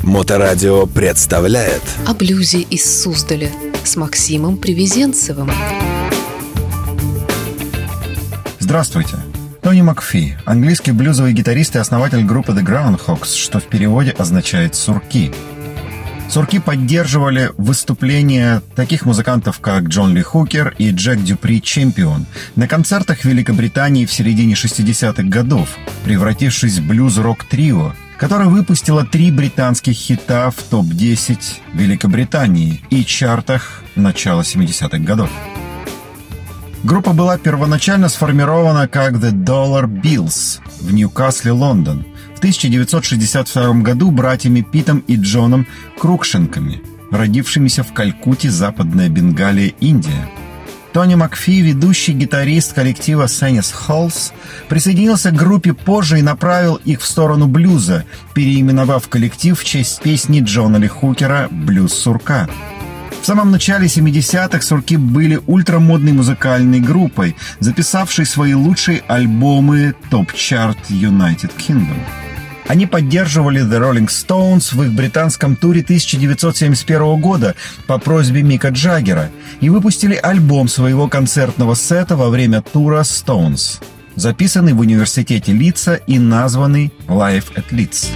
Моторадио представляет О блюзе из Суздаля с Максимом Привезенцевым. Здравствуйте. Тони Макфи, английский блюзовый гитарист и основатель группы The Groundhogs, что в переводе означает «сурки». Сурки поддерживали выступления таких музыкантов, как Джон Ли Хукер и Джек Дюпри Чемпион на концертах в Великобритании в середине 60-х годов, превратившись в блюз-рок-трио, которое выпустило 3 британских хита в топ-10 Великобритании и чартах начала 70-х годов. Группа была первоначально сформирована как The Dollar Bills в Ньюкасле, Лондон, в 1962 году братьями Питом и Джоном Крукшенками, родившимися в Калькутте, Западная Бенгалия, Индия. Тони Макфи, ведущий гитарист коллектива Сеннис Холлс, присоединился к группе позже и направил их в сторону блюза, переименовав коллектив в честь песни Джона Ли Хукера «Блюз сурка». В самом начале 70-х сурки были ультрамодной музыкальной группой, записавшей свои лучшие альбомы топ-чарт United Kingdom. Они поддерживали The Rolling Stones в их британском туре 1971 года по просьбе Мика Джаггера и выпустили альбом своего концертного сета во время тура Stones, записанный в университете Лидса и названный Live at Leeds.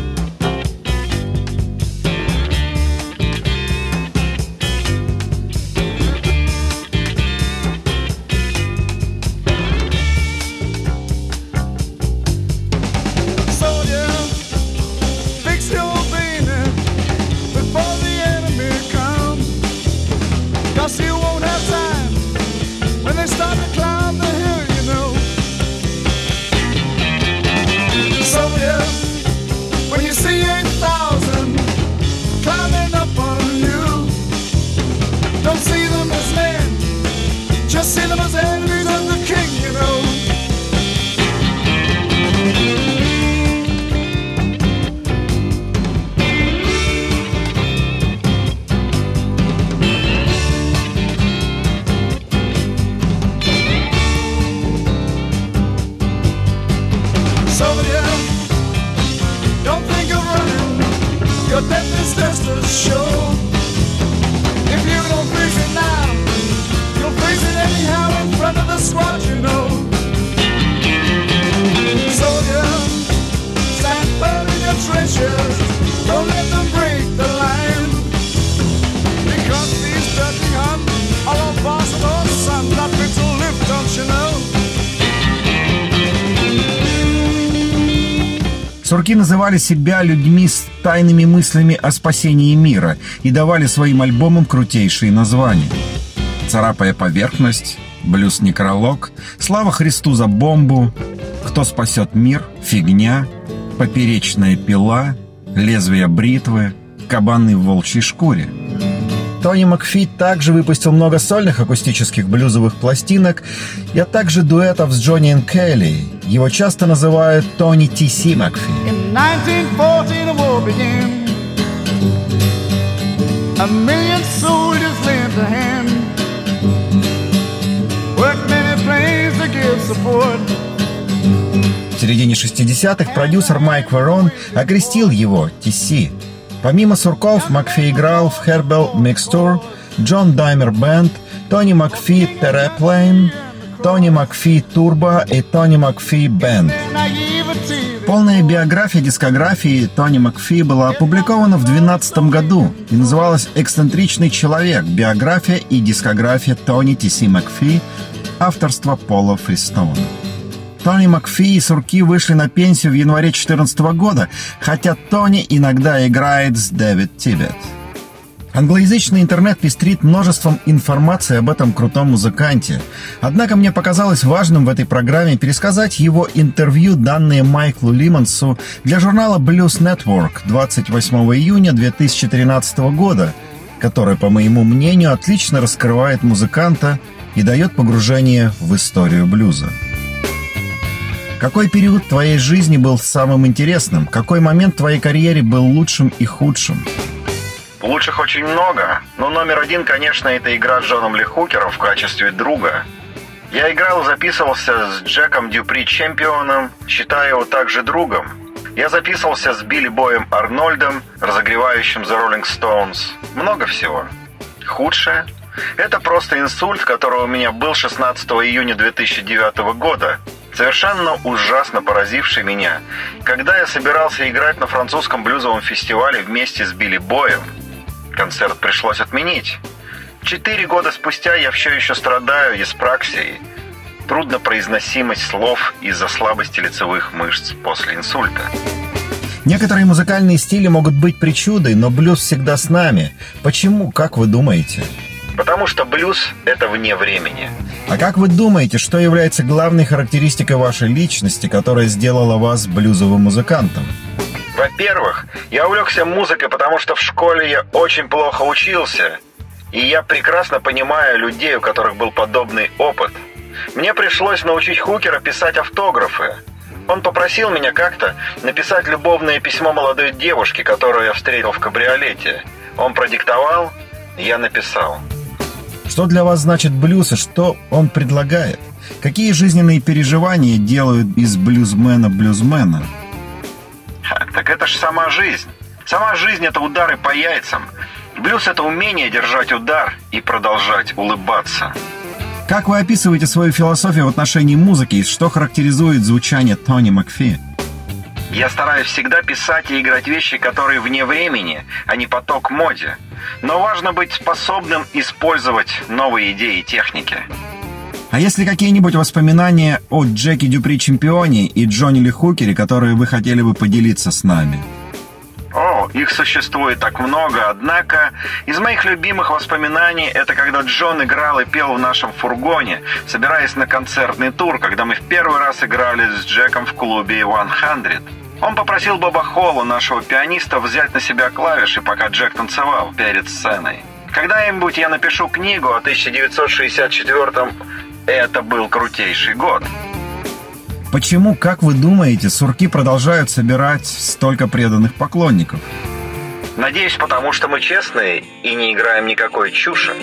Сурки называли себя людьми с тайными мыслями о спасении мира и давали своим альбомам крутейшие названия: «Царапая поверхность», «Блюз-некролог», «Слава Христу за бомбу», «Кто спасет мир», «Фигня», «Поперечная пила», «Лезвие бритвы», «Кабаны в волчьей шкуре». Тони Макфи также выпустил много сольных акустических блюзовых пластинок, а также дуэтов с Джонни и Келли. Его часто называют Тони Т.С. Макфи. In 1914 a war began. A million soldiers lent a hand. Worked many planes to give support. В середине 60-х продюсер Майк Верон окрестил его Т.С. Помимо сурков, Макфи играл в Herbal Mixture, John Dimer Band, Тони Макфи Terraplane, Тони Макфи Turbo и Тони Макфи Band. Полная биография дискографии Тони Макфи была опубликована в 2012 году и называлась «Эксцентричный человек. Биография и дискография Тони Т.С. Макфи», авторства Пола Фристона. Тони Макфи и сурки вышли на пенсию в январе 2014 года, хотя Тони иногда играет с Дэвид Тибет. Англоязычный интернет пестрит множеством информации об этом крутом музыканте. Однако мне показалось важным в этой программе пересказать его интервью, данное Майклу Лимонсу для журнала Blues Network 28 июня 2013 года, которое, по моему мнению, отлично раскрывает музыканта и дает погружение в историю блюза. Какой период твоей жизни был самым интересным? Какой момент в твоей карьере был лучшим и худшим? Лучших очень много, но номер один, конечно, это игра с Джоном Ли Хукером в качестве друга. Я играл и записывался с Джеком Дюпри Чемпионом, считаю его также другом. Я записывался с Билли Боем Арнольдом, разогревающим The Rolling Stones. Много всего. Худшее – это просто инсульт, который у меня был 16 июня 2009 года, совершенно ужасно поразивший меня, когда я собирался играть на французском блюзовом фестивале вместе с Билли Боем. Концерт пришлось отменить. 4 года спустя я все еще страдаю диспраксией, труднопроизносимость слов из-за слабости лицевых мышц после инсульта. Некоторые музыкальные стили могут быть причудой, но блюз всегда с нами. Почему, как вы думаете? Потому что блюз – это вне времени. А как вы думаете, что является главной характеристикой вашей личности, которая сделала вас блюзовым музыкантом? Во-первых, я увлекся музыкой, потому что в школе я очень плохо учился. И я прекрасно понимаю людей, у которых был подобный опыт. Мне пришлось научить Хукера писать автографы. Он попросил меня как-то написать любовное письмо молодой девушке, которую я встретил в кабриолете. Он продиктовал, я написал. Что для вас значит блюз и что он предлагает? Какие жизненные переживания делают из блюзмена? Так это ж сама жизнь. Сама жизнь – это удары по яйцам. Блюз – это умение держать удар и продолжать улыбаться. Как вы описываете свою философию в отношении музыки и что характеризует звучание Тони Макфи? Я стараюсь всегда писать и играть вещи, которые вне времени, а не поток моде. Но важно быть способным использовать новые идеи и техники. А есть ли какие-нибудь воспоминания о Джеки Дюпри Чемпионе и Джонни Ли Хукере, которые вы хотели бы поделиться с нами? О, их существует так много, однако из моих любимых воспоминаний это когда Джон играл и пел в нашем фургоне, собираясь на концертный тур, когда мы в первый раз играли с Джеком в клубе 100. Он попросил Боба Холла, нашего пианиста, взять на себя клавиши, пока Джек танцевал перед сценой. Когда-нибудь я напишу книгу о 1964-м, это был крутейший год. Почему, как вы думаете, сурки продолжают собирать столько преданных поклонников? Надеюсь, потому что мы честные и не играем никакой чуши.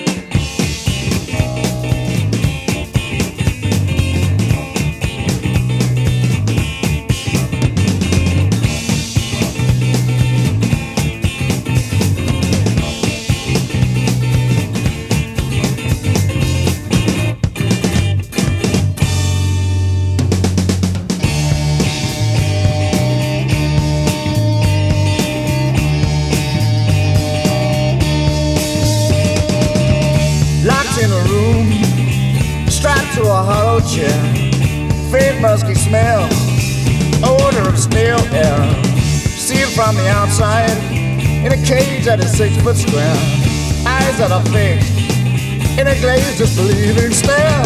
A hollow chair, faint musky smell, odor of stale air, sealed from the outside, in a cage that is 6 foot square, eyes that are fixed, in a glazed disbelieving stare.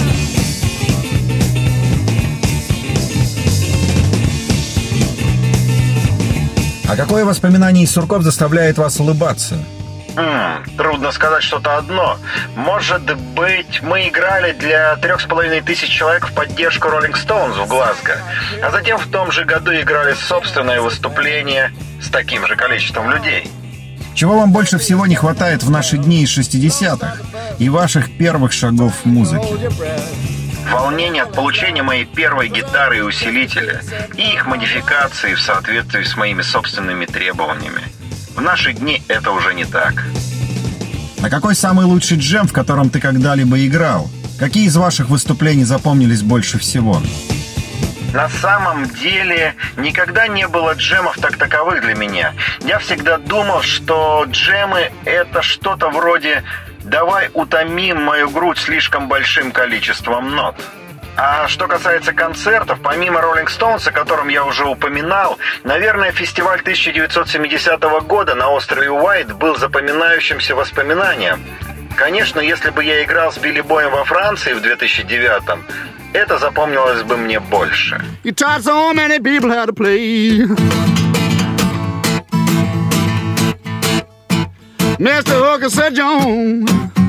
А какое воспоминание из сурков заставляет вас улыбаться? Трудно сказать что-то одно. Может быть, мы играли для 3500 человек в поддержку Rolling Stones в Глазго, а затем в том же году играли собственное выступление с таким же количеством людей. Чего вам больше всего не хватает в наши дни из 60-х и ваших первых шагов в музыке? Волнение от получения моей первой гитары и усилителя, и их модификации в соответствии с моими собственными требованиями. В наши дни это уже не так. А какой самый лучший джем, в котором ты когда-либо играл? Какие из ваших выступлений запомнились больше всего? На самом деле, никогда не было джемов так таковых для меня. Я всегда думал, что джемы – это что-то вроде «давай утомим мою грудь слишком большим количеством нот». А что касается концертов, помимо Rolling Stones, о котором я уже упоминал, наверное, фестиваль 1970 года на острове Уайт был запоминающимся воспоминанием. Конечно, если бы я играл с Билли Боем во Франции в 2009-м, это запомнилось бы мне больше. Mr. Hooker said, Jones,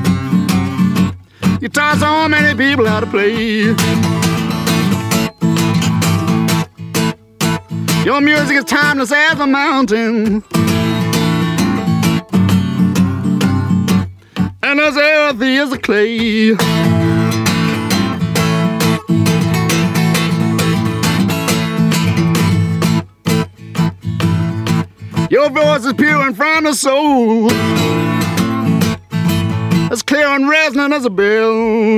you taught so many people how to play. Your music is timeless as a mountain, and as earthy as a clay. Your voice is pure and from the soul, as clear and resonant as a bell.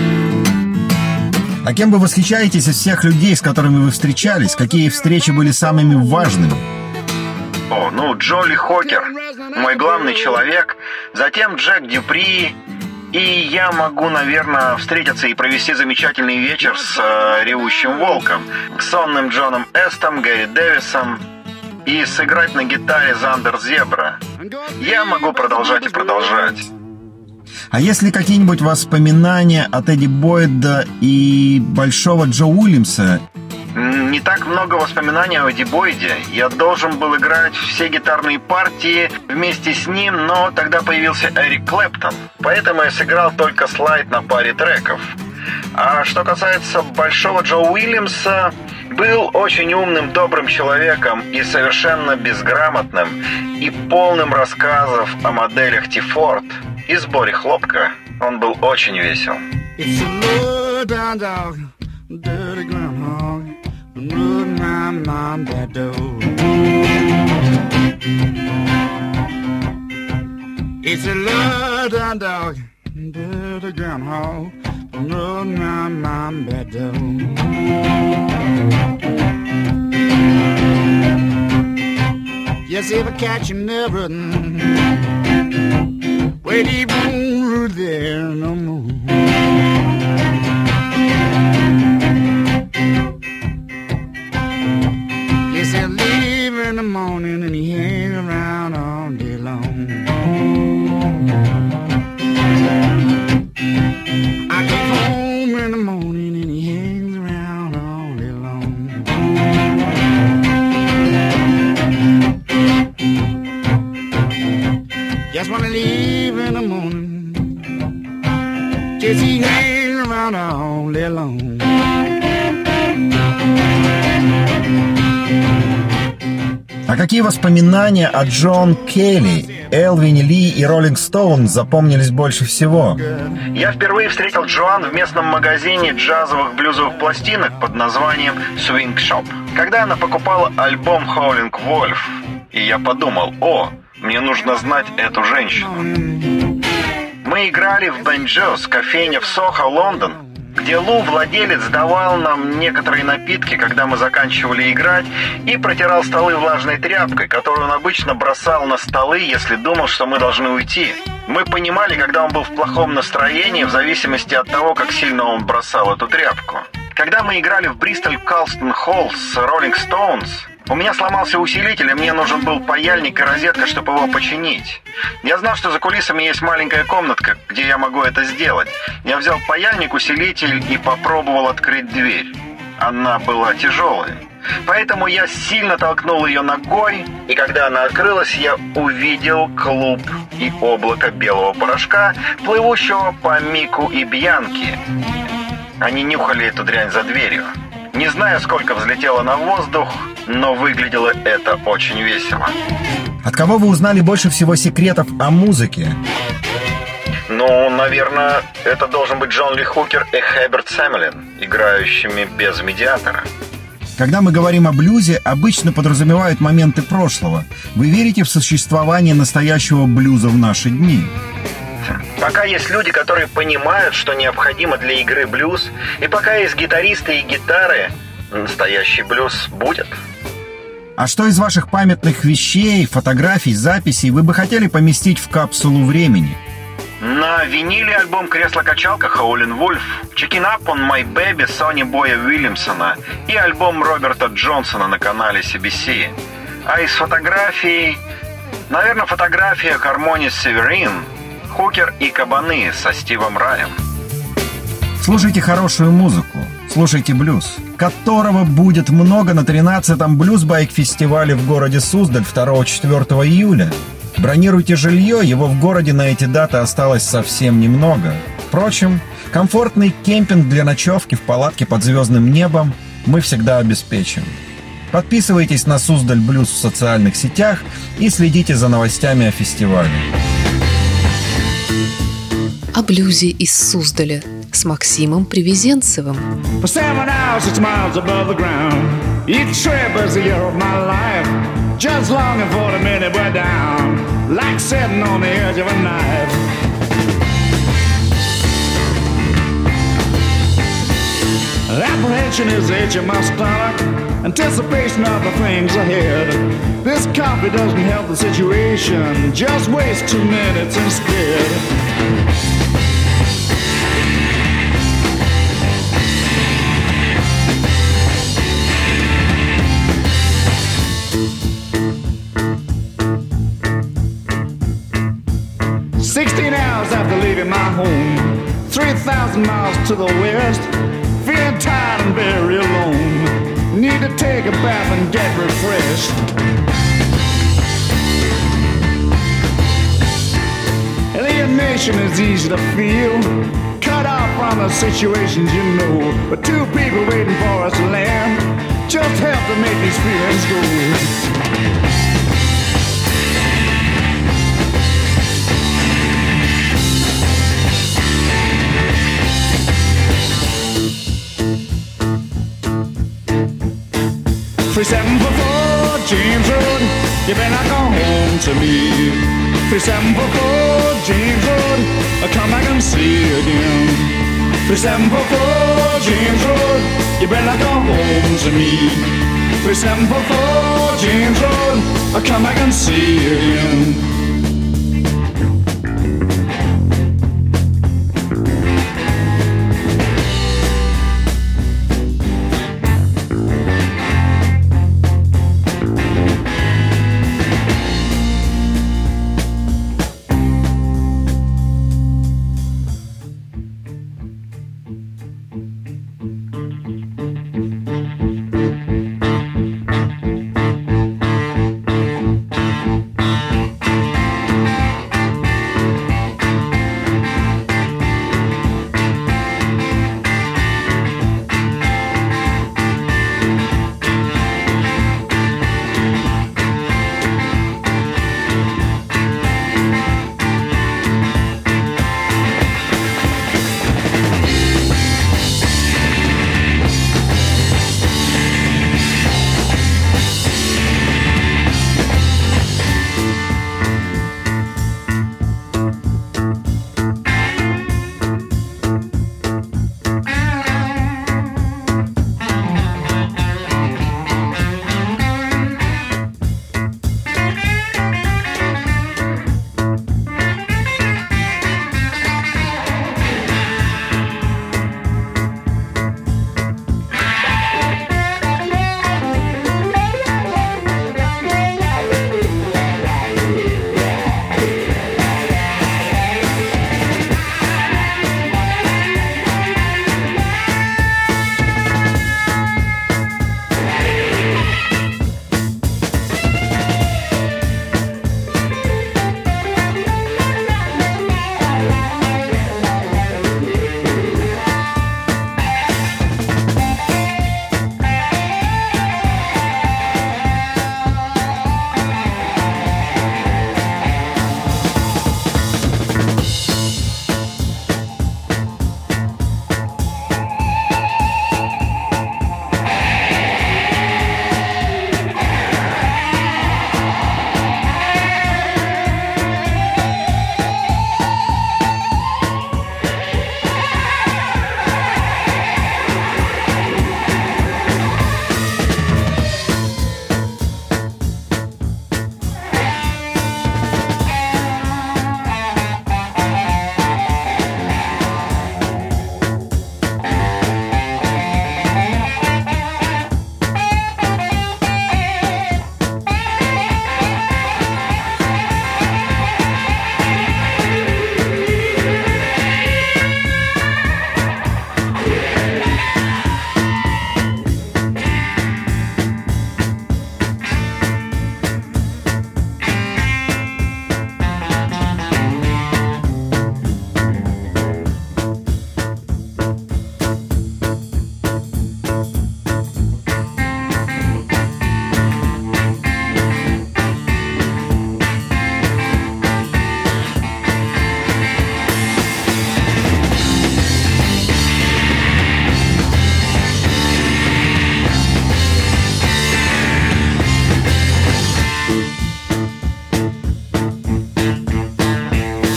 А кем вы восхищаетесь из всех людей, с которыми вы встречались? Какие встречи были самыми важными? Джо Ли Хукер, мой главный человек, затем Джек Дюпри, и я могу, наверное, встретиться и провести замечательный вечер с Ревущим Волком, сонным Джоном Эстом, Гэри Дэвисом и сыграть на гитаре Зандер Зебра. Я могу продолжать и продолжать. А есть ли какие-нибудь воспоминания от Эдди Бойда и Большого Джо Уильямса? Не так много воспоминаний о Эдди Бойде. Я должен был играть все гитарные партии вместе с ним, но тогда появился Эрик Клэптон. Поэтому я сыграл только слайд на паре треков. А что касается Большого Джо Уильямса, был очень умным, добрым человеком и совершенно безграмотным, и полным рассказов о моделях Ти-Форд и сборе хлопка. Он был очень весел. Dirty groundhog, rooting round my bed door. It's a low down dog, dirty groundhog, rooting round my bed door. Yes, if I catch him never, wait, he won't there no more. He'll leave in the morning and he hang around all day long. I get home in the morning and he hangs around all day long. Just when I leave in the morning, just he hangs around all day long. А какие воспоминания о Джон Келли, Элвине Ли и Роллинг Стоун запомнились больше всего? Я впервые встретил Джоан в местном магазине джазовых блюзовых пластинок под названием Swing Shop, когда она покупала альбом Howlin' Wolf. И я подумал, мне нужно знать эту женщину. Мы играли в Бен-Джо's, кофейне в Сохо, Лондон, где Лу, владелец, давал нам некоторые напитки, когда мы заканчивали играть, и протирал столы влажной тряпкой, которую он обычно бросал на столы, если думал, что мы должны уйти. Мы понимали, когда он был в плохом настроении, в зависимости от того, как сильно он бросал эту тряпку. Когда мы играли в Бристоль Калстон Холл с Роллинг Стоунс, у меня сломался усилитель, и мне нужен был паяльник и розетка, чтобы его починить. Я знал, что за кулисами есть маленькая комнатка, где я могу это сделать. Я взял паяльник, усилитель и попробовал открыть дверь. Она была тяжелая. Поэтому я сильно толкнул ее ногой, и когда она открылась, я увидел клуб и облако белого порошка, плывущего по Мику и Бьянки. Они нюхали эту дрянь за дверью. Не знаю, сколько взлетело на воздух, но выглядело это очень весело. От кого вы узнали больше всего секретов о музыке? Наверное, это должен быть Джон Ли Хукер и Хэберт Сэмелин, играющими без медиатора. Когда мы говорим о блюзе, обычно подразумевают моменты прошлого. Вы верите в существование настоящего блюза в наши дни? Пока есть люди, которые понимают, что необходимо для игры блюз, и пока есть гитаристы и гитары, настоящий блюз будет. А что из ваших памятных вещей, фотографий, записей вы бы хотели поместить в капсулу времени? На виниле альбом «Кресло-качалка» Howlin' Wolf, «Checking Up on My Baby» Сонни Боя Уильямсона и альбом Роберта Джонсона на канале CBC. А из фотографий, наверное, фотография «Harmonious Severin», Хукер и Кабаны со Стивом Раем. Слушайте хорошую музыку, слушайте блюз, которого будет много на 13-м блюз-байк-фестивале в городе Суздаль 2-4 июля. Бронируйте жилье, его в городе на эти даты осталось совсем немного. Впрочем, комфортный кемпинг для ночевки в палатке под звездным небом мы всегда обеспечим. Подписывайтесь на Суздаль Блюз в социальных сетях и следите за новостями о фестивале. О блюзе из Суздаля с Максимом Привезенцевым. For 7 hours, 6 miles above the ground, each trip is the year of my life. just longing for the minute we're down, like sitting on the edge of a knife. Apprehension is itching my stomach, anticipation of the things ahead. This coffee doesn't help the situation, just waste 2 minutes instead. After leaving my home, 3,000 miles to the west, feeling tired and very alone, need to take a bath and get refreshed. Alienation is easy to feel, cut off from the situations you know, but two people waiting for us to land just help to make these feelings go. 3744 James Road, you better come home to me. 3744 James Road, come back and see again. 3744 James Road, you better come home to me. 3744 James Road, come back and see again.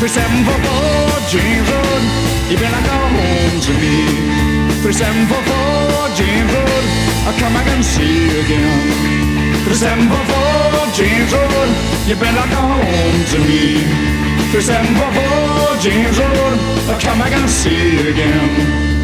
3744 James Road, you better come home to me. 3744 James Road, I'll come back and see you again. 3744 James Road, you better come home to me. 3744 James Road, I'll come back and see you again.